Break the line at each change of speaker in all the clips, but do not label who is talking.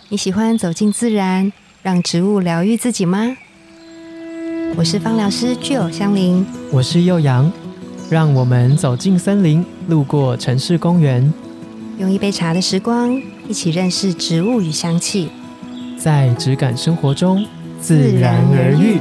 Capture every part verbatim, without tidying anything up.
你喜欢走进自然，让植物疗愈自己吗？我是芳疗师具有香林，
我是幼阳，让我们走进森林，路过城市公园，
用一杯茶的时光，一起认识植物与香气，
在质感生活中自然而愈。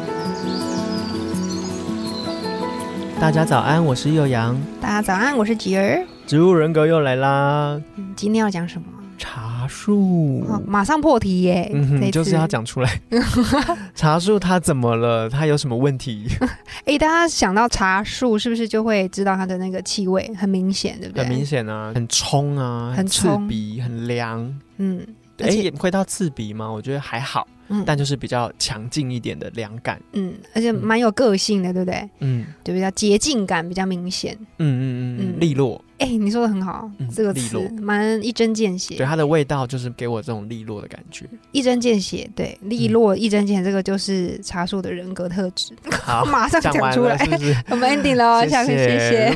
大家早安，我是幼阳。
大家早安，我是吉儿。
植物人格又来啦、
嗯、今天要讲什么？
茶树、
哦、马上破题耶、
嗯哼，就是要讲出来茶树它怎么了，它有什么问题
哎，大家想到茶树是不是就会知道它的那个气味很明显，对不对？
很明显啊，很冲啊，很刺鼻，很凉。嗯，哎，也会到刺鼻吗？我觉得还好、嗯、但就是比较强劲一点的凉感。
嗯，而且蛮有个性的、嗯、对不对？嗯，对，比较洁净感比较明显。
嗯嗯嗯，利落。
哎、欸，你说的很好、嗯、这个词蛮一针见血。
对，它的味道就是给我这种利落的感觉。
一针见血，对，利落、嗯、一针见血，这个就是茶树的人格特质。好，马上讲出来，
是是
我们 ending 了，下个谢谢。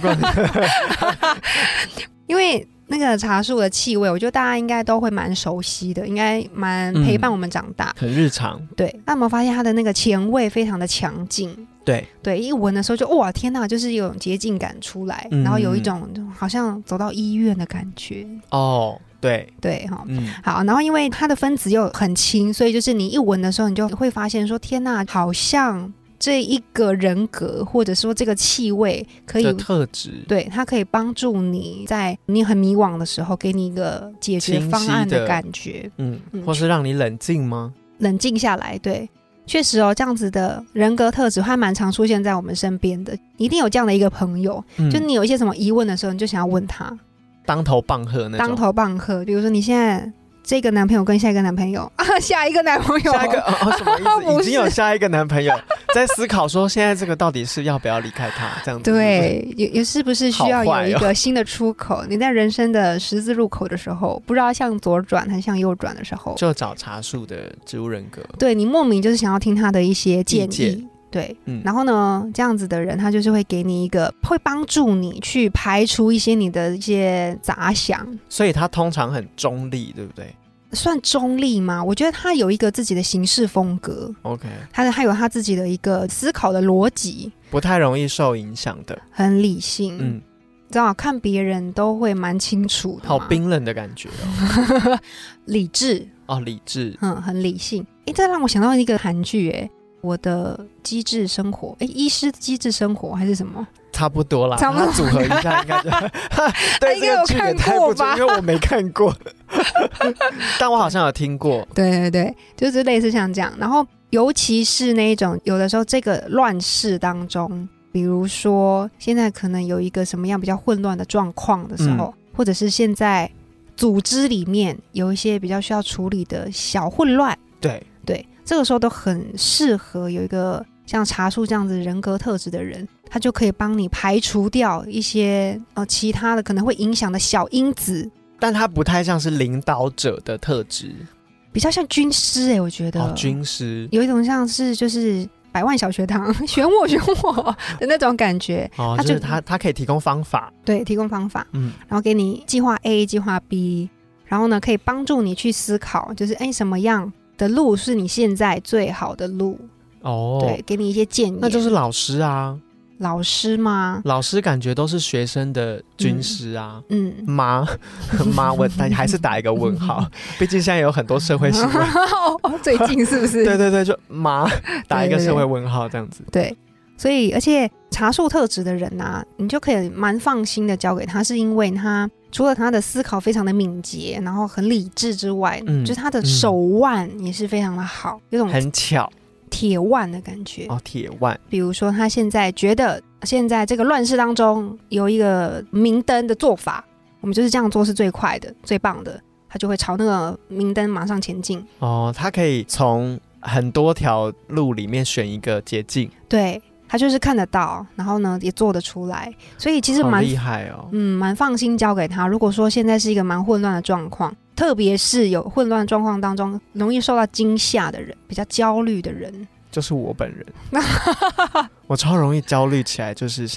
因为那个茶树的气味，我觉得大家应该都会蛮熟悉的，应该蛮陪伴我们长大、
嗯、很日常。
对，那有没有发现它的那个前味非常的强劲？
对
对，一闻的时候就哇天哪，就是有种洁净感出来、嗯、然后有一种好像走到医院的感觉
哦。对
对、嗯、好，然后因为它的分子又很轻，所以就是你一闻的时候你就会发现说天哪，好像这一个人格或者说这个气味可以
特质，对，
它可以帮助你在你很迷惘的时候给你一个解决方案的感觉。嗯，
或是让你冷静吗？
冷静下来。对，确实哦，这样子的人格特质还蛮常出现在我们身边的，一定有这样的一个朋友、嗯、就你有一些什么疑问的时候，你就想要问他，
当头棒喝那种。
当头棒喝，比如说你现在这个男朋友跟下一个男朋友啊，下一个男朋友，
下一个、哦、什么意思？已经有下一个男朋友在思考说现在这个到底是要不要离开他这样子。
对，也也是不是需要有一个新的出口、哦、你在人生的十字路口的时候，不知道向左转还是向右转的时候，
就找茶树的植物人格。
对，你莫名就是想要听他的一些建议。对、嗯，然后呢，这样子的人他就是会给你一个，会帮助你去排除一些你的一些杂想，
所以他通常很中立，对不对？
算中立吗？我觉得他有一个自己的行事风格
，OK，
他还有他自己的一个思考的逻辑，
不太容易受影响的，很
理性。嗯，知道看别人都会蛮清楚的，
好冰冷的感觉哦。
理智
哦，理智，
嗯，很理性。哎，这让我想到一个韩剧，哎。我的机智生活，哎，医师机智生活还是什么？
差不多啦，它组合一下应该就对，这个剧也太不准，因为我没看过，但我好像有听过。
对对对，就是类似像这样。然后，尤其是那一种，有的时候这个乱世当中，比如说现在可能有一个什么样比较混乱的状况的时候，嗯、或者是现在组织里面有一些比较需要处理的小混乱，
对
对。这个时候都很适合有一个像茶树这样子人格特质的人，他就可以帮你排除掉一些、呃、其他的可能会影响的小因子，
但他不太像是领导者的特质，
比较像军师耶、欸、我觉得、
哦、军师有
一种像是就是百万小学堂选我选我的那种感觉、
哦、就是他他可以提供方法，
对，提供方法、嗯、然后给你计划 A 计划 B， 然后呢可以帮助你去思考，就是哎什么样的路是你现在最好的路哦，对，给你一些建议。
那就是老师啊。
老师吗？老
师感觉都是学生的军师啊。嗯，妈妈，我还是打一个问号，毕竟现在有很多社会新闻。
最近是不是？
对对对，就妈打一个社会问号这样子。
对， 对， 对，所以而且茶树特质的人啊，你就可以蛮放心的交给他，是因为他除了他的思考非常的敏捷，然后很理智之外、嗯、就是他的手腕也是非常的好，有种
很巧
铁腕的感觉
哦，铁腕。
比如说他现在觉得现在这个乱世当中有一个明灯的做法，我们就是这样做是最快的最棒的，他就会朝那个明灯马上前进
哦，他可以从很多条路里面选一个捷径，
对，他就是看得到，然后呢也做得出来，所以其实蛮
厉害哦，
嗯，蛮放心交给他。如果说现在是一个蛮混乱的状况，特别是有混乱状况当中容易受到惊吓的人，比较焦虑的人，
就是我本人我超容易焦虑起来，就是像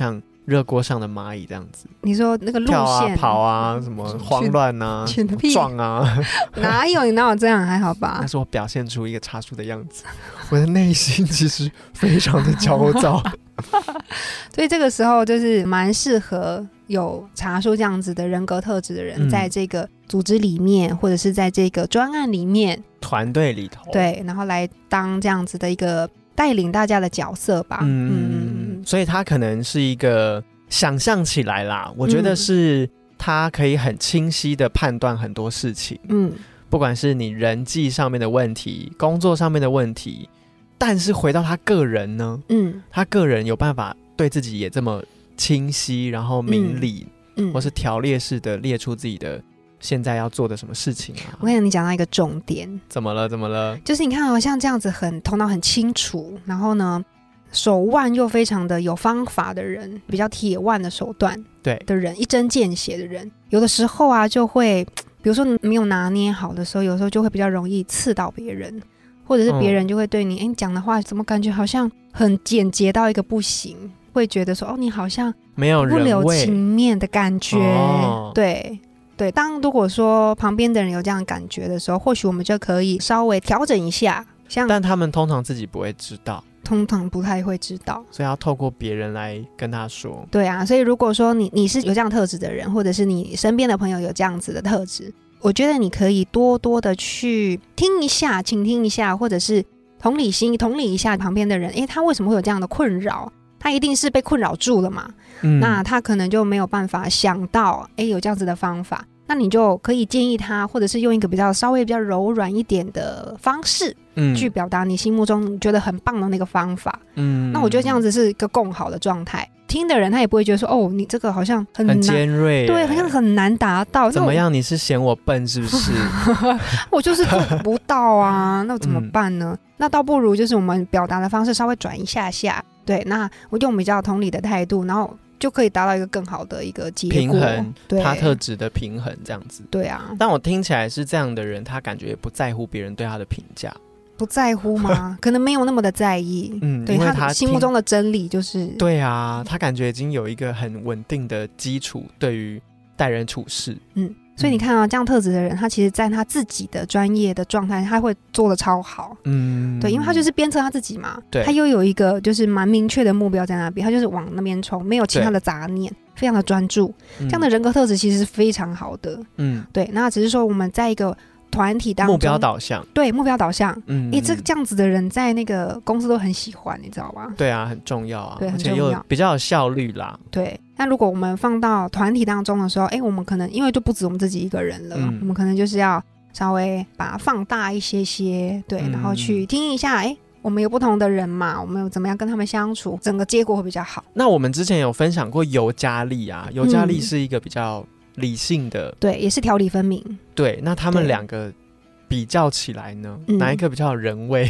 热锅上的蚂蚁这样子。
你说那个路线
跳啊跑啊什么慌乱啊撞啊
哪有你哪有这样，还好吧。
但是我表现出一个茶树的样子，我的内心其实非常的焦躁
所以这个时候就是蛮适合有茶树这样子的人格特质的人、嗯、在这个组织里面或者是在这个专案里面
团队里头，
对，然后来当这样子的一个带领大家的角色吧。
嗯，嗯，所以他可能是一个想象起来啦，我觉得是他可以很清晰的判断很多事情，嗯，不管是你人际上面的问题，工作上面的问题，但是回到他个人呢，嗯，他个人有办法对自己也这么清晰，然后明理，嗯，或是条列式的列出自己的现在要做的什么事情啊。
我跟你讲到一个重点。
怎么了怎么了？
就是你看好像这样子很头脑很清楚，然后呢手腕又非常的有方法的人，比较铁腕的手段
对
的人，一针见血的人，有的时候啊就会比如说没有拿捏好的时候，有时候就会比较容易刺到别人，或者是别人就会对你哎、嗯，你讲的话怎么感觉好像很简洁到一个不行，会觉得说哦你好像
没有人味，
不留情面的感觉、哦、对对，当如果说旁边的人有这样的感觉的时候，或许我们就可以稍微调整一下，像
但他们通常自己不会知道，
通常不太会知道，
所以要透过别人来跟他说。
对啊，所以如果说你你是有这样特质的人，或者是你身边的朋友有这样子的特质，我觉得你可以多多的去听一下，倾听一下，或者是同理心同理一下旁边的人，诶，他为什么会有这样的困扰，他一定是被困扰住了嘛、嗯、那他可能就没有办法想到诶有这样子的方法，那你就可以建议他，或者是用一个比较稍微比较柔软一点的方式、嗯、去表达你心目中你觉得很棒的那个方法。嗯，那我觉得这样子是一个共好的状态，听的人他也不会觉得说哦你这个好像很难
很尖锐，
对，好像很难达到，
怎么样你是嫌我笨是不是
我就是做不到啊那我怎么办呢、嗯、那倒不如就是我们表达的方式稍微转一下下，对，那我用比较同理的态度，然后就可以达到一个更好的一个结果，
平衡，对，他特质的平衡这样子。
对啊，
但我听起来是这样的人，他感觉也不在乎别人对他的评价。
不在乎吗？可能没有那么的在意。嗯，对，因为他心目中的真理就是，
对啊，他感觉已经有一个很稳定的基础，对于待人处事。嗯，
所以你看啊，这样特质的人，他其实在他自己的专业的状态，他会做得超好。嗯，对，因为他就是鞭策他自己嘛。对，他又有一个就是蛮明确的目标在那边，他就是往那边冲，没有其他的杂念，非常的专注。这样的人格特质其实是非常好的。嗯，对，那只是说我们在一个团体当中，
目标导向，
对，目标导向，嗯，哎，这这样子的人在那个公司都很喜欢，你知道吗？
对啊，很重要啊，
对，很重要，
而且又比较有效率啦。
对，那如果我们放到团体当中的时候，哎，我们可能因为就不止我们自己一个人了，嗯、我们可能就是要稍微把它放大一些些，对，嗯、然后去听一下，哎。我们有不同的人嘛，我们有怎么样跟他们相处，整个结果会比较好。
那我们之前有分享过尤加利啊，尤加利是一个比较理性的、嗯、
对，也是条理分明。
对，那他们两个比较起来呢，哪一个比较有人味？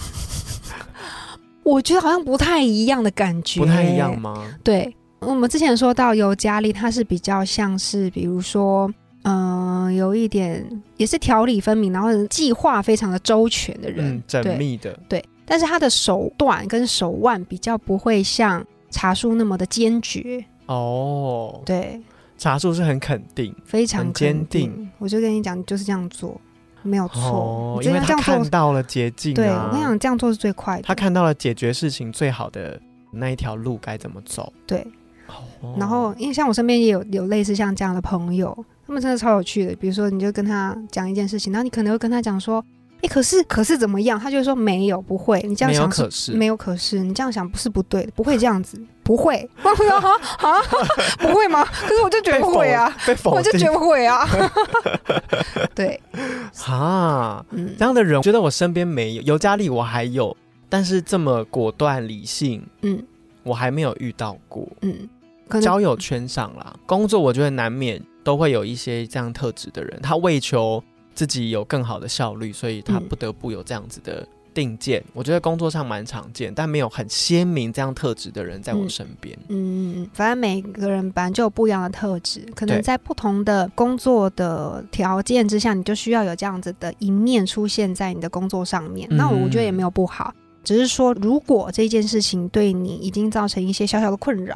我觉得好像不太一样的感觉。
不太一样吗？
对，我们之前说到尤加利，它是比较像是比如说嗯、呃，有一点也是条理分明，然后计划非常的周全的人，
嗯，缜密的。
对, 对，但是他的手段跟手腕比较不会像茶树那么的坚决。哦，对，
茶树是很肯定，
非常
很坚定。
我就跟你讲，就是这样做没有错、
哦、因为他看到了捷径、啊、
对，我跟你讲这样做是最快的，
他看到了解决事情最好的那一条路该怎么走。
对、哦、然后因为像我身边也有有类似像这样的朋友，他们真的超有趣的。比如说你就跟他讲一件事情，然后你可能会跟他讲说哎，可是可是怎么样，他就会说没有，不会，你这样想
没有可是
没有可是你这样想不是不对的，不会这样子，不会我说啊啊不会吗？可是我就觉得会啊，
被否
我就觉得会啊对
啊、嗯、这样的人我觉得我身边没有，尤加利我还有，但是这么果断理性嗯，我还没有遇到过。嗯，交友圈上啦，工作我觉得难免都会有一些这样特质的人，他为求自己有更好的效率，所以他不得不有这样子的定见、嗯、我觉得工作上蛮常见，但没有很鲜明这样特质的人在我身边。 嗯, 嗯，
反正每个人本来就有不一样的特质，可能在不同的工作的条件之下，你就需要有这样子的一面出现在你的工作上面、嗯、那我觉得也没有不好，只是说如果这件事情对你已经造成一些小小的困扰，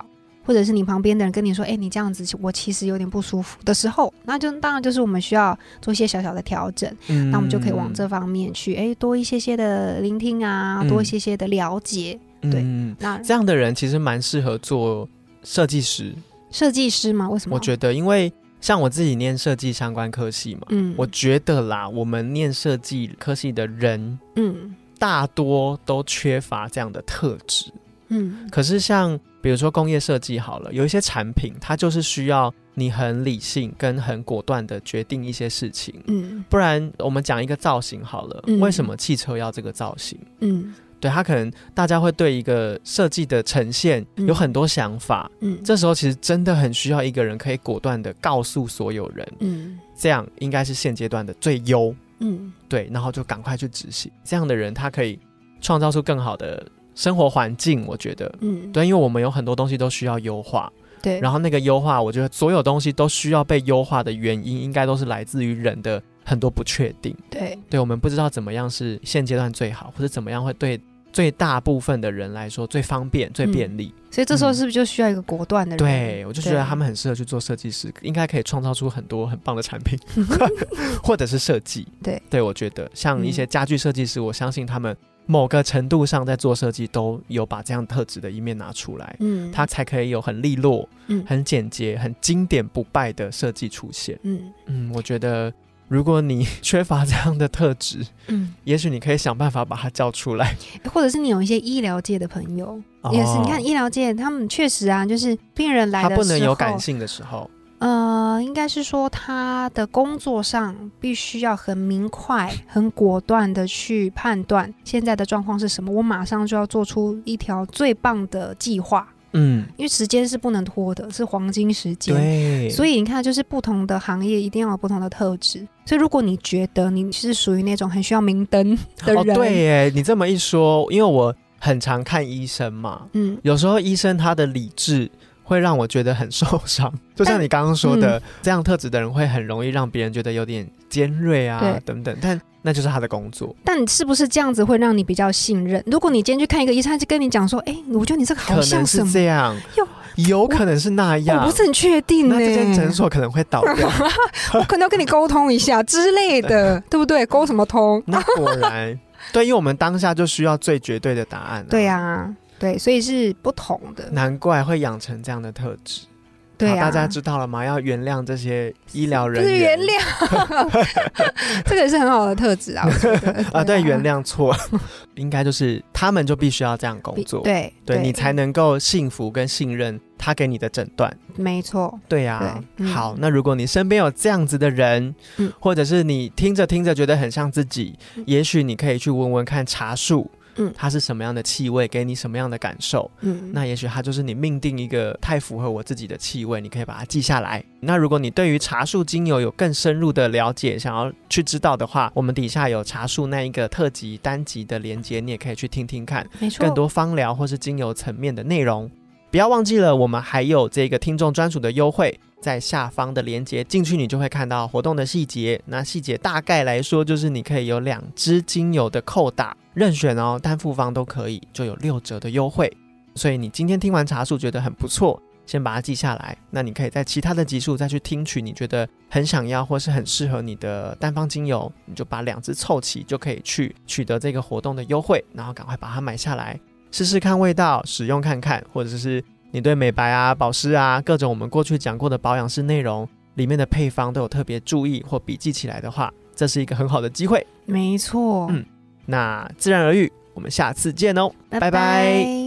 或者是你旁边的人跟你说，哎、欸，你这样子我其实有点不舒服的时候，那就当然就是我们需要做一些小小的调整、嗯、那我们就可以往这方面去，哎、欸，多一些些的聆听啊、嗯、多一些些的了解、嗯、对、嗯、
那这样的人其实蛮适合做设计师。
设计师吗？为什么？
我觉得因为像我自己念设计相关科系嘛，嗯，我觉得啦，我们念设计科系的人，嗯，大多都缺乏这样的特质，嗯，可是像比如说工业设计好了，有一些产品它就是需要你很理性跟很果断的决定一些事情，嗯，不然我们讲一个造型好了、嗯、为什么汽车要这个造型？嗯，对，它可能大家会对一个设计的呈现有很多想法，嗯，这时候其实真的很需要一个人可以果断的告诉所有人，嗯，这样应该是现阶段的最优，嗯，对，然后就赶快去执行。这样的人他可以创造出更好的生活环境，我觉得，嗯，对，因为我们有很多东西都需要优化，对，然后那个优化，我觉得所有东西都需要被优化的原因，应该都是来自于人的很多不确定，对，对，我们不知道怎么样是现阶段最好，或者怎么样会对最大部分的人来说最方便、最便利、嗯、
所以这时候是不是就需要一个果断的人？
对，我就觉得他们很适合去做设计师，应该可以创造出很多很棒的产品或者是设计。对，对，我觉得像一些家具设计师、嗯、我相信他们某个程度上在做设计都有把这样特质的一面拿出来，嗯，他才可以有很利落、嗯、很简洁、很经典不败的设计出现。嗯嗯，我觉得如果你缺乏这样的特质，嗯，也许你可以想办法把它叫出来，
或者是你有一些医疗界的朋友、哦、也是，你看医疗界他们确实啊，就是病人来的时候他
不能有感性的时候，
呃，应该是说他的工作上必须要很明快很果断的去判断现在的状况是什么，我马上就要做出一条最棒的计划，嗯，因为时间是不能拖的，是黄金时间，对，所以你看就是不同的行业一定要有不同的特质，所以如果你觉得你是属于那种很需要明灯的人，
哦，对耶，你这么一说，因为我很常看医生嘛，嗯，有时候医生他的理智会让我觉得很受伤，就像你刚刚说的、嗯、这样特质的人会很容易让别人觉得有点尖锐啊等等，但那就是他的工作。
但是不是这样子会让你比较信任？如果你今天去看一个医生，他就跟你讲说，哎、欸，我觉得你这个好像什么，
可能是这样，有可能是那样，
我不是很确定呢。
那这间诊所可能会倒掉
我可能要跟你沟通一下之类的对不对？沟什么通？
那果然对，因为我们当下就需要最绝对的答案、啊、
对啊，对，所以是不同的，
难怪会养成这样的特质。对啊，大家知道了吗？要原谅这些医疗人员，
不是原谅这个也是很好的特质啊，我觉得对啊，
啊对，原谅错应该就是他们就必须要这样工作，对 对, 对，你才能够幸福跟信任他给你的诊断，
没错，
对啊对、嗯、好，那如果你身边有这样子的人、嗯、或者是你听着听着觉得很像自己、嗯、也许你可以去闻闻看茶树，嗯，它是什么样的气味，给你什么样的感受，嗯，那也许它就是你命定一个太符合我自己的气味，你可以把它记下来。那如果你对于茶树精油有更深入的了解，想要去知道的话，我们底下有茶树那一个特辑单集的连结，你也可以去听听看，没错，更多芳疗或是精油层面的内容。不要忘记了，我们还有这个听众专属的优惠，在下方的连结进去，你就会看到活动的细节。那细节大概来说，就是你可以有两支精油的扣打，任选哦，单复方都可以，就有六折的优惠。所以你今天听完茶树觉得很不错，先把它记下来。那你可以在其他的集数再去听取你觉得很想要或是很适合你的单方精油，你就把两支凑齐，就可以去取得这个活动的优惠，然后赶快把它买下来。试试看味道，使用看看，或者是你对美白啊、保湿啊，各种我们过去讲过的保养式内容里面的配方都有特别注意或笔记起来的话，这是一个很好的机会。
没错，
嗯，那自然而愈，我们下次见哦，拜拜。拜拜。